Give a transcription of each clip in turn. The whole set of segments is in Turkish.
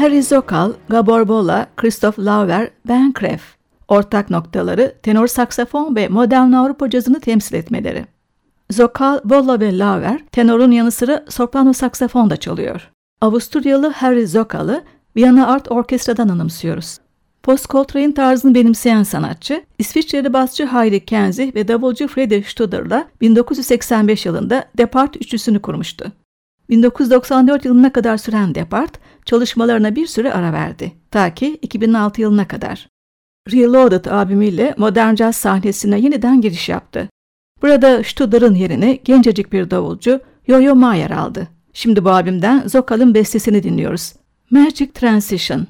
Harry Zokal, Gabor Bola, Christoph Lauer, Ben Kreff. Ortak noktaları tenor saksafon ve modern Avrupa cazını temsil etmeleri. Zokal, Bola ve Lauer tenorun yanı sıra soprano saksafon da çalıyor. Avusturyalı Harry Zokal'ı Viyana Art Orkestra'dan anımsıyoruz. Post-Coltrane tarzını benimseyen sanatçı, İsviçreli basçı Heidi Kenzi ve davulcu Friedrich Studer'la 1985 yılında Depart üçlüsünü kurmuştu. 1994 yılına kadar süren Depart, çalışmalarına bir süre ara verdi. Ta ki 2006 yılına kadar. Reloaded albümüyle modern caz sahnesine yeniden giriş yaptı. Burada Studer'ın yerini gencecik bir davulcu Yo-Yo Ma yer aldı. Şimdi bu albümden Zokal'ın bestesini dinliyoruz. Magic Transition.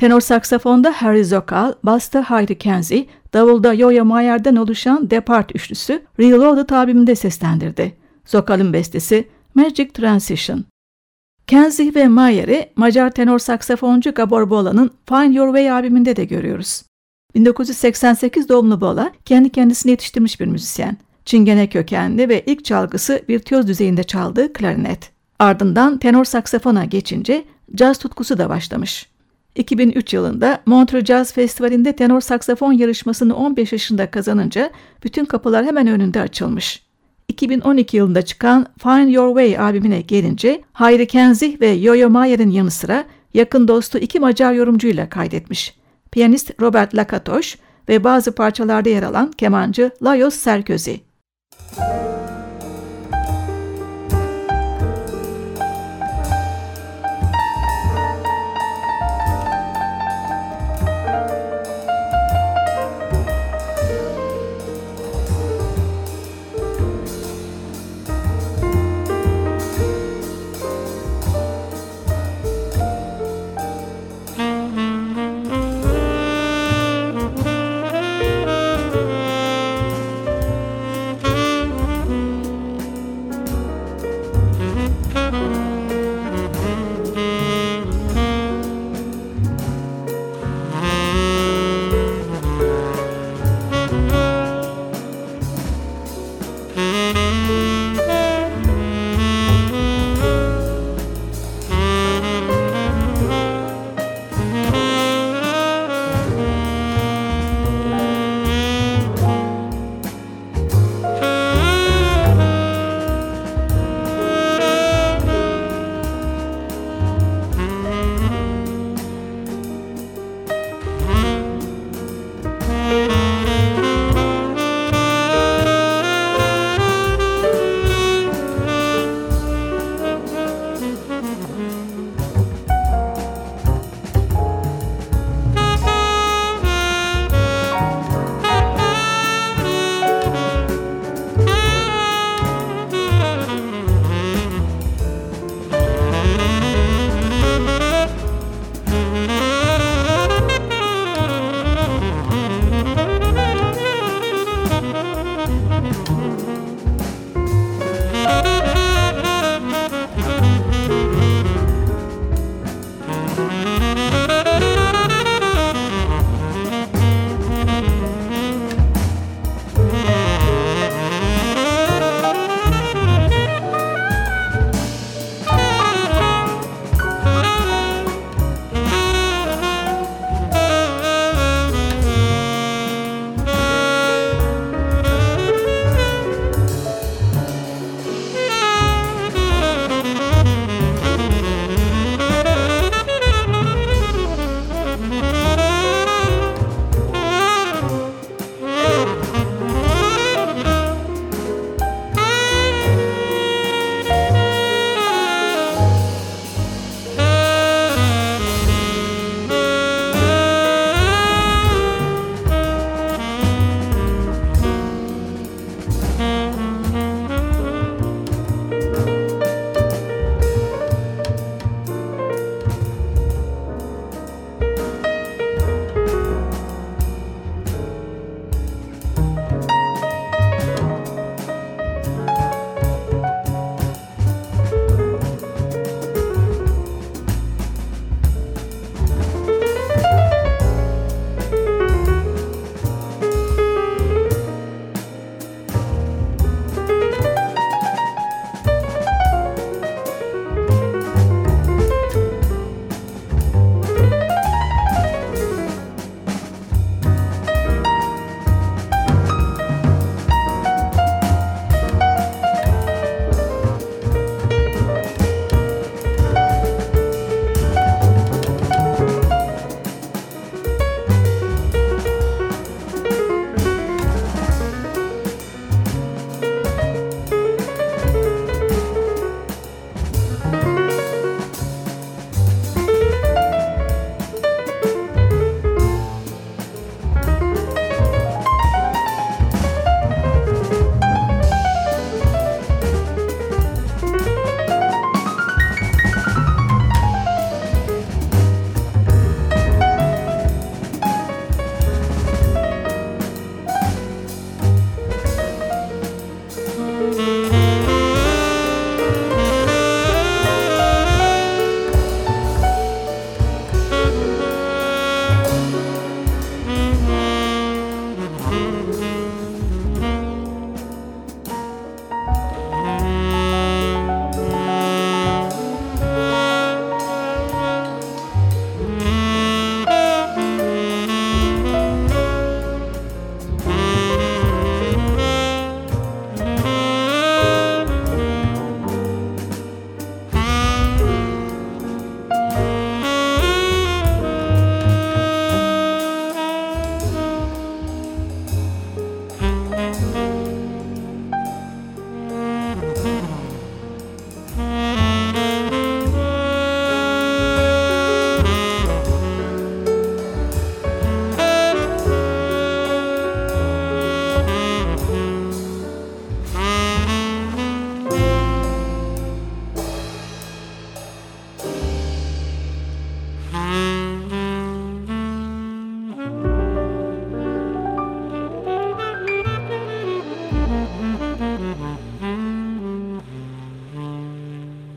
Tenor saksafonda Harry Zokal, basta Heidi Kenzie, davulda Yo-Yo Mayer'den oluşan Depart üçlüsü Reloaded albümünde seslendirdi. Zokal'ın bestesi Magic Transition. Kenzie ve Mayer'i Macar tenor saksafoncu Gabor Bola'nın Find Your Way albümünde de görüyoruz. 1988 doğumlu Bola kendi kendisini yetiştirmiş bir müzisyen. Çingene kökenli ve ilk çalgısı virtüöz düzeyinde çaldığı klarinet. Ardından tenor saksafona geçince caz tutkusu da başlamış. 2003 yılında Montreux Jazz Festivali'nde tenor saksafon yarışmasını 15 yaşında kazanınca bütün kapılar hemen önünde açılmış. 2012 yılında çıkan Find Your Way albümüne gelince Heidi Kenzie ve Yo-Yo Mayer'in yanı sıra yakın dostu iki Macar yorumcuyla kaydetmiş. Piyanist Robert Lakatoş ve bazı parçalarda yer alan kemancı Lajos Sarkozy.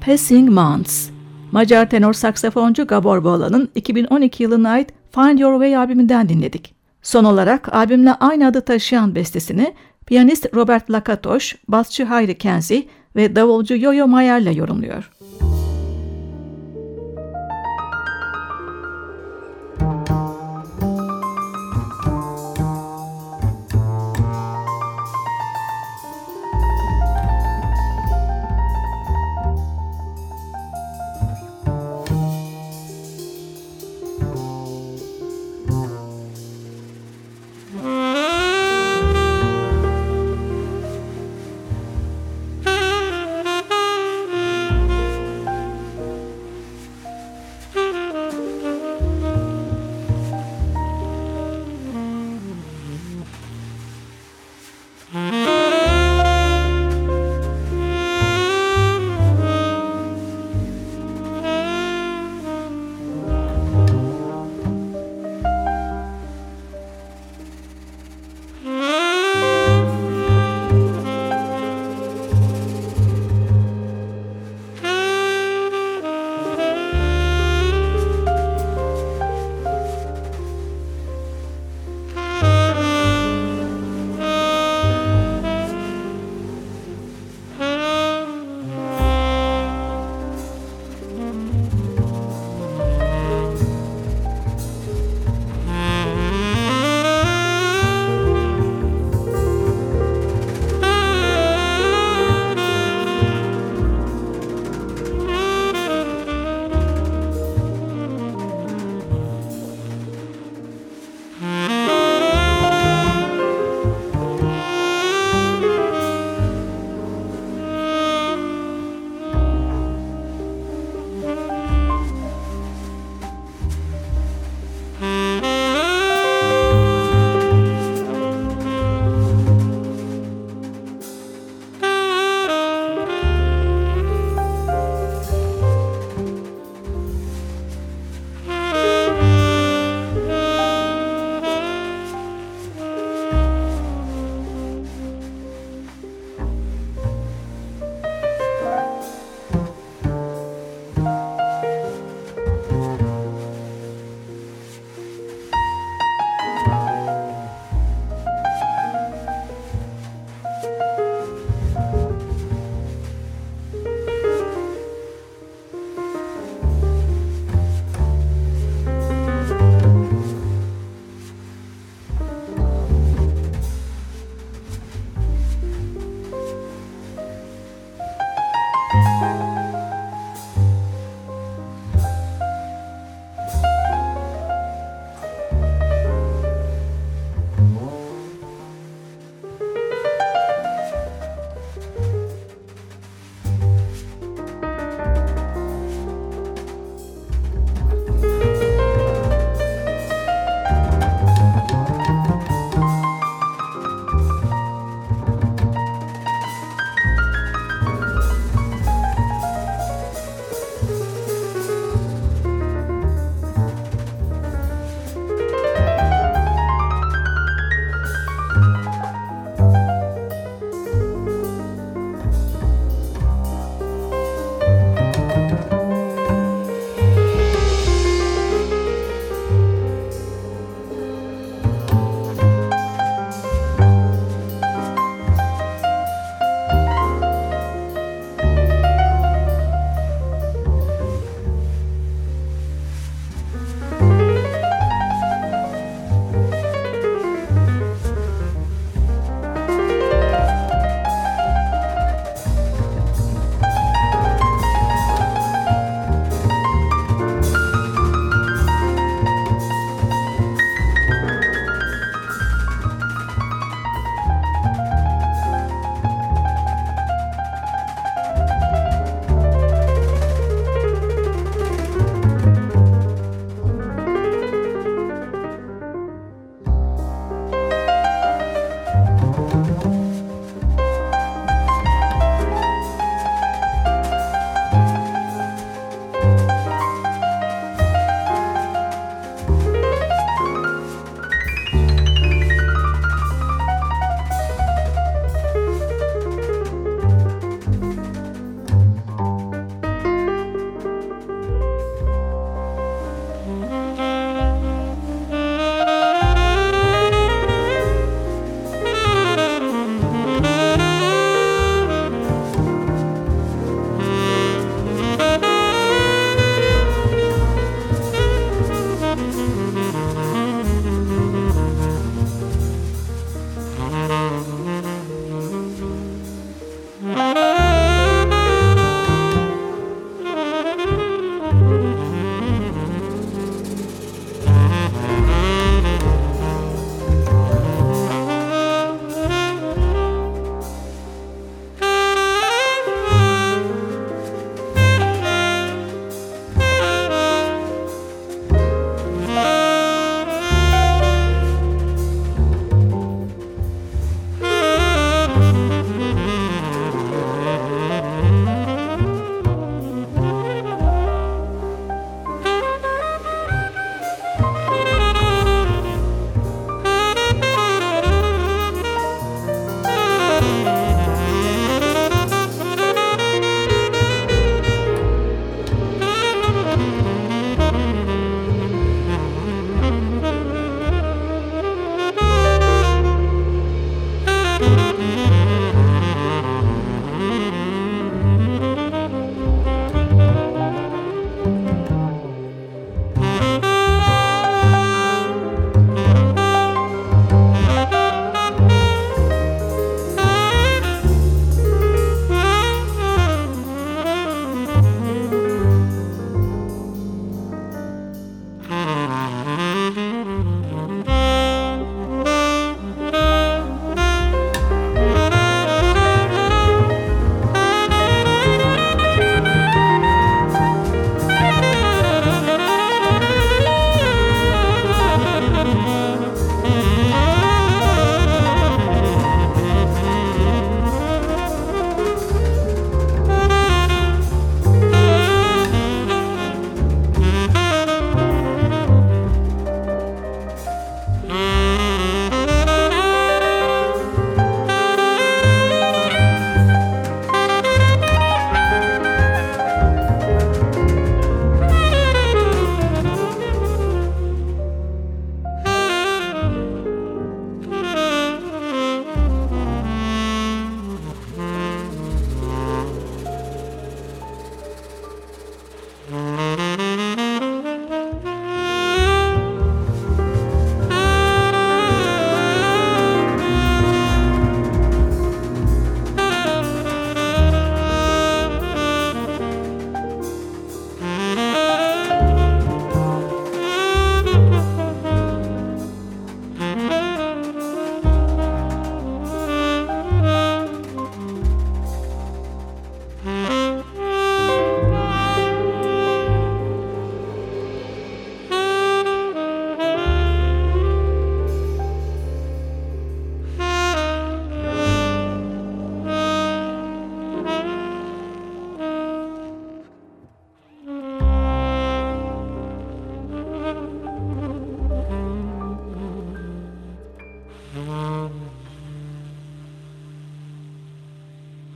Passing Months. Macar tenor saksafoncu Gabor Bola'nın 2012 yılına ait Find Your Way albümünden dinledik. Son olarak albümle aynı adı taşıyan bestesini piyanist Robert Lakatoş, basçı Hayri Kenzi ve davulcu Yo-Yo Mayer'le yorumluyor.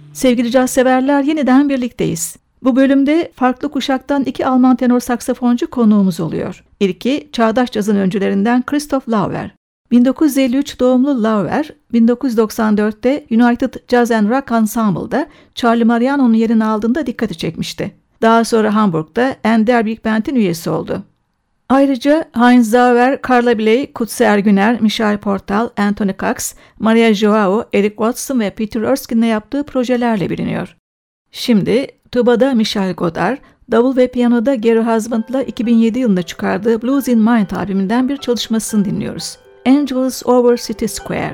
Sevgili caz severler, yeniden birlikteyiz. Bu bölümde farklı kuşaktan 2 Alman tenor saksafoncu konuğumuz oluyor. İlki çağdaş cazın öncülerinden Christoph Lauer. 1953 doğumlu Lauer, 1994'te United Jazz and Rock Ensemble'da Charlie Mariano'nun yerini aldığında dikkati çekmişti. Daha sonra Hamburg'da Ender Big Band'in üyesi oldu. Ayrıca Heinz Sauer, Carla Bley, Kutsi Ergüner, Michel Portal, Anthony Cox, Maria Joao, Eric Watson ve Peter Erskine'le yaptığı projelerle biliniyor. Şimdi tubada Michel Godard, davul ve piyanoda Gary Husband'la 2007 yılında çıkardığı Blues in Mind albümünden bir çalışmasını dinliyoruz. Angels Over City Square.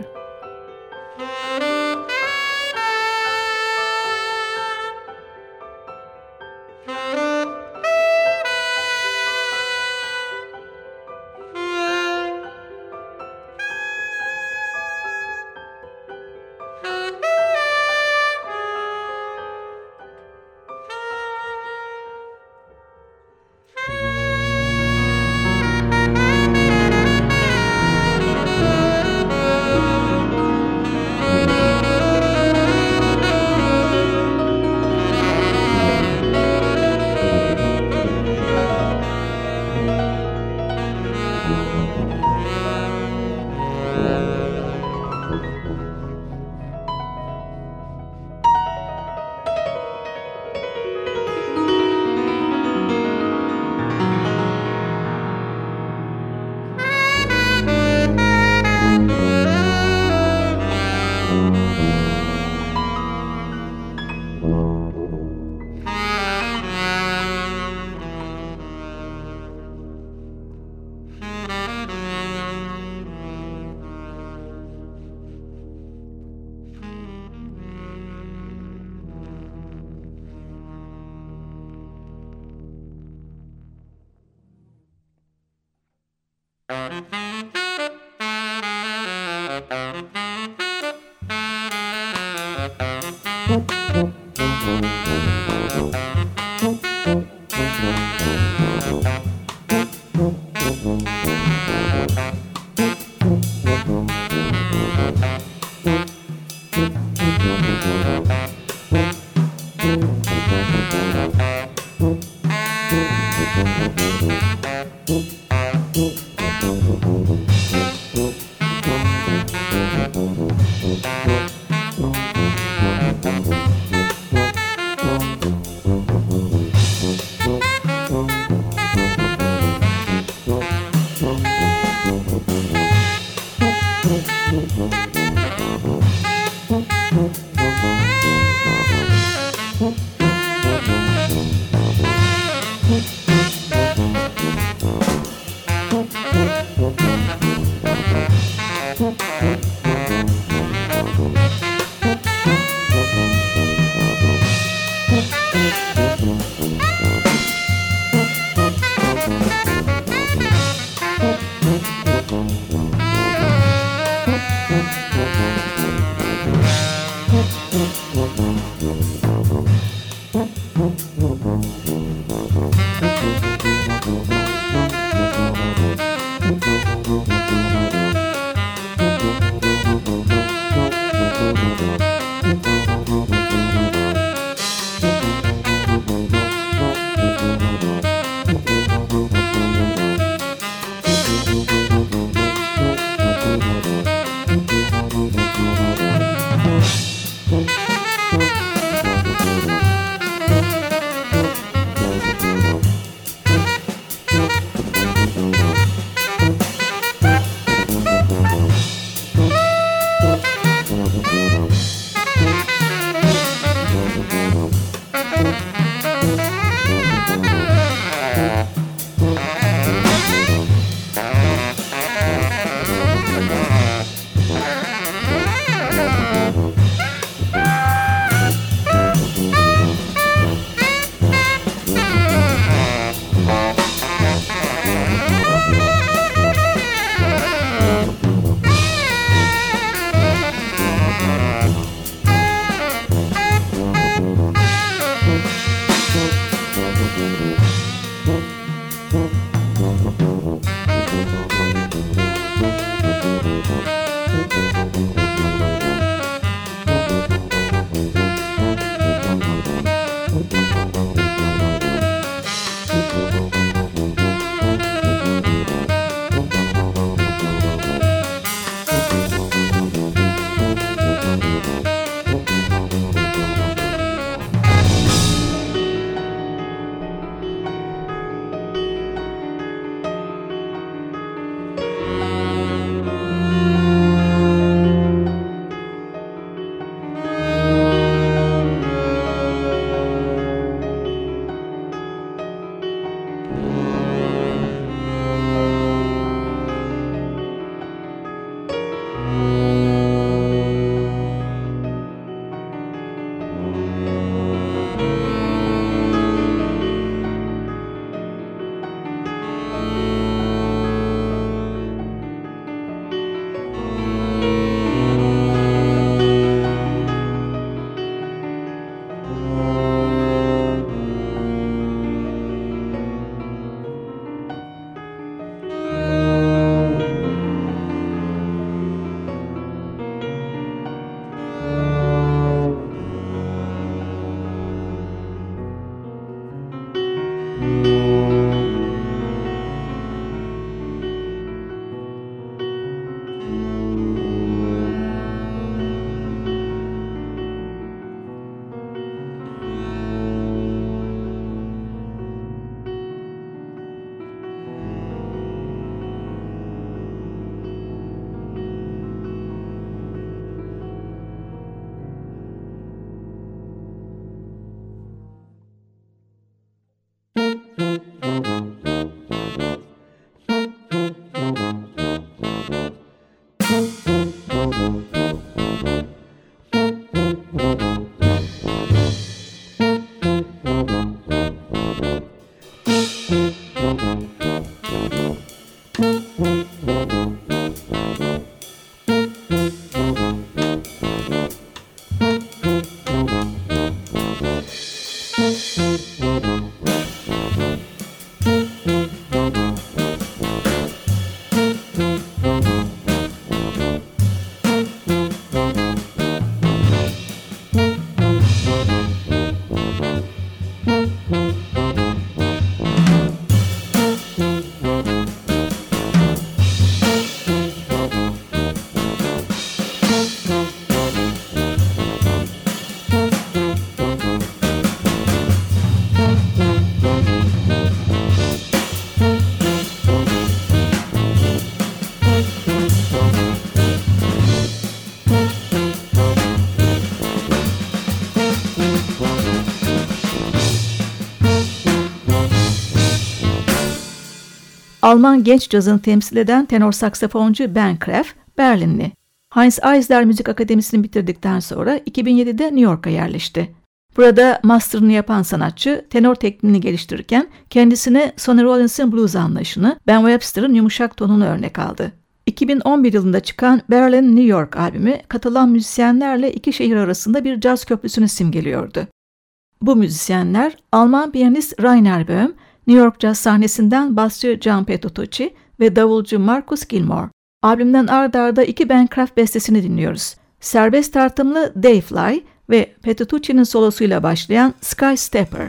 Alman genç cazını temsil eden tenor saksafoncu Ben Kreff, Berlinli. Heinz Eisler Müzik Akademisi'ni bitirdikten sonra 2007'de New York'a yerleşti. Burada master'ını yapan sanatçı tenor tekniğini geliştirirken kendisine Sonny Rollins'in blues anlayışını, Ben Webster'ın yumuşak tonunu örnek aldı. 2011 yılında çıkan Berlin New York albümü katılan müzisyenlerle iki şehir arasında bir caz köprüsünü simgeliyordu. Bu müzisyenler Alman piyanist Rainer Böhm, New York caz sahnesinden basçı Gian Petrucci ve davulcu Marcus Gilmore. Albümden ard arda iki Ben Kreff bestesini dinliyoruz. Serbest tartımlı Dayfly ve Petrucci'nin solosuyla başlayan Sky Stepper.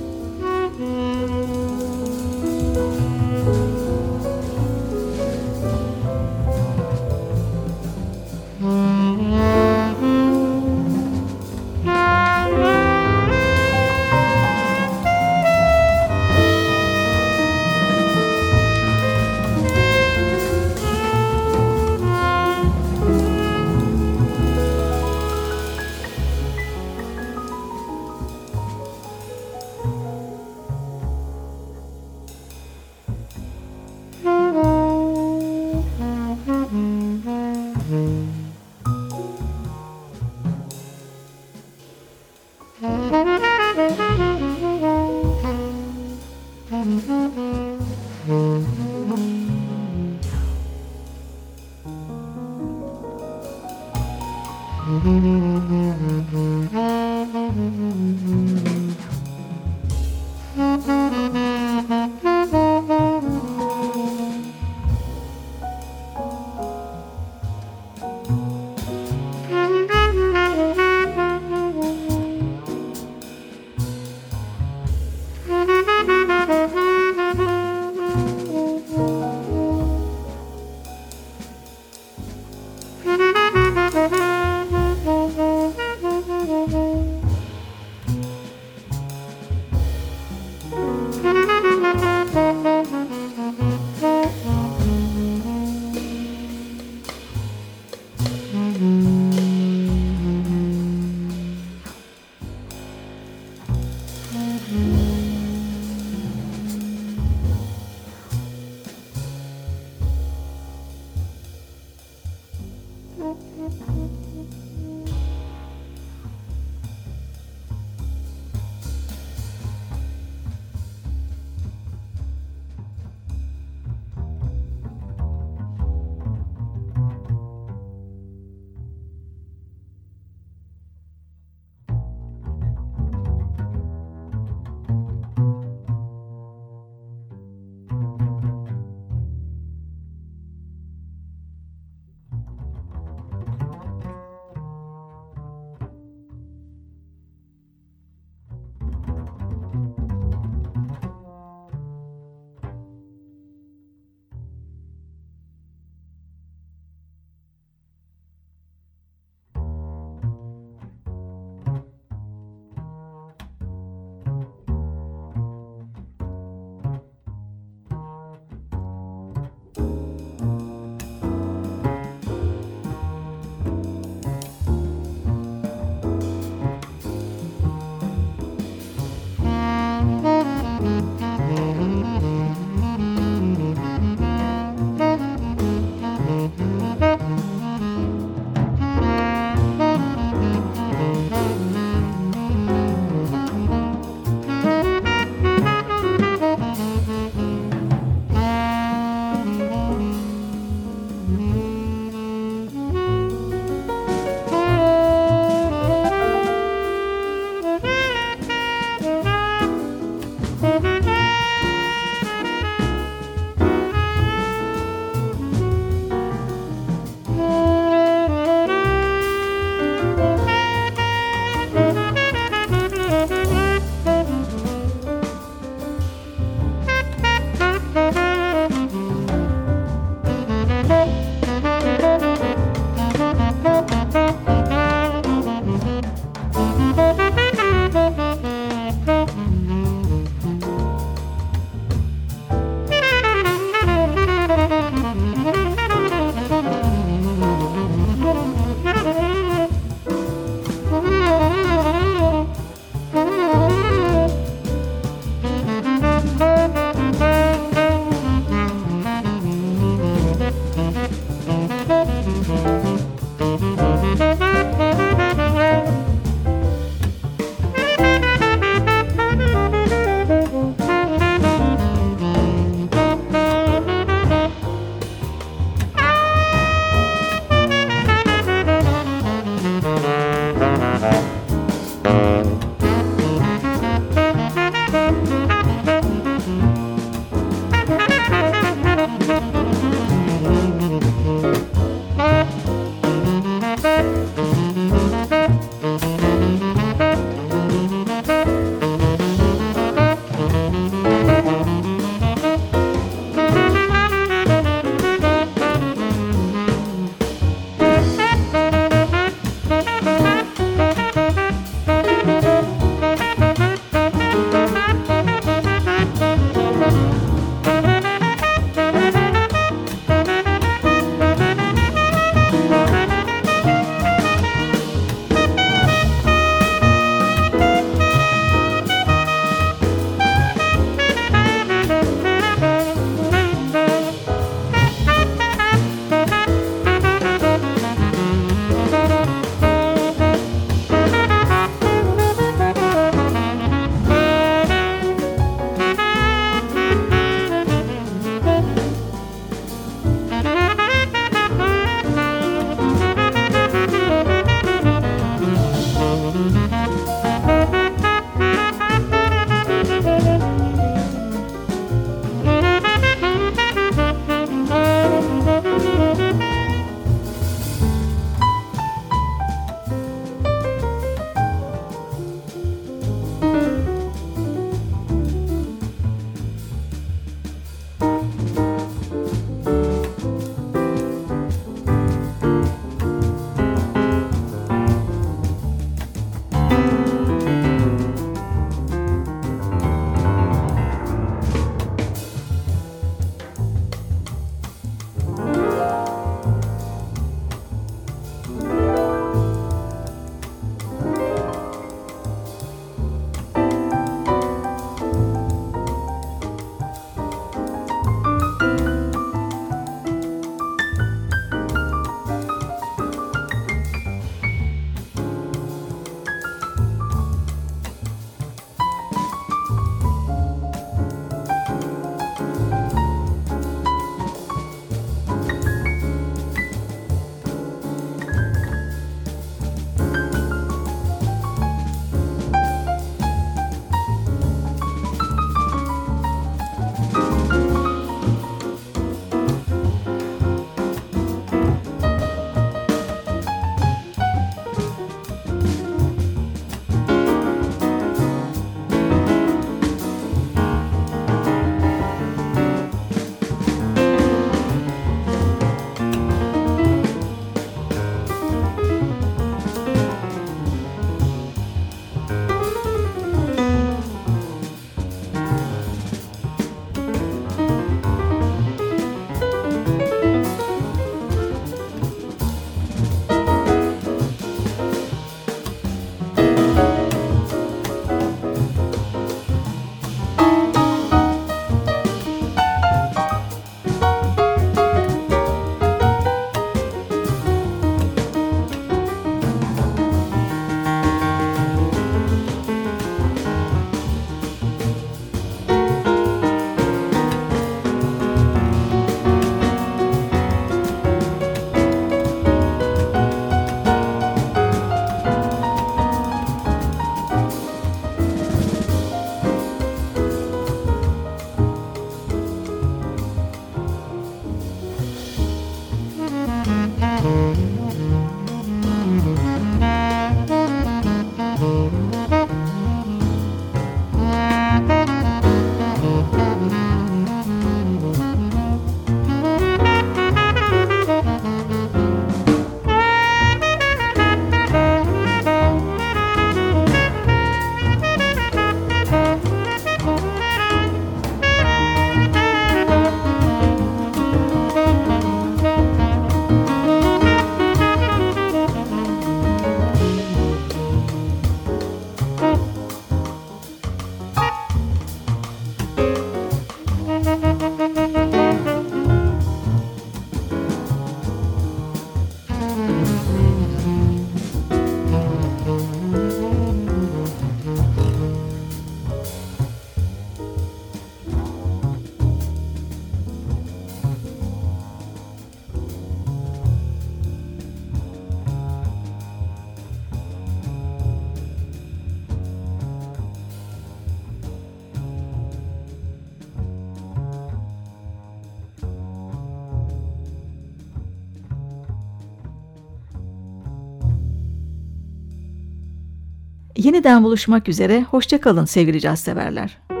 Yeniden buluşmak üzere, hoşça kalın sevgili caz severler.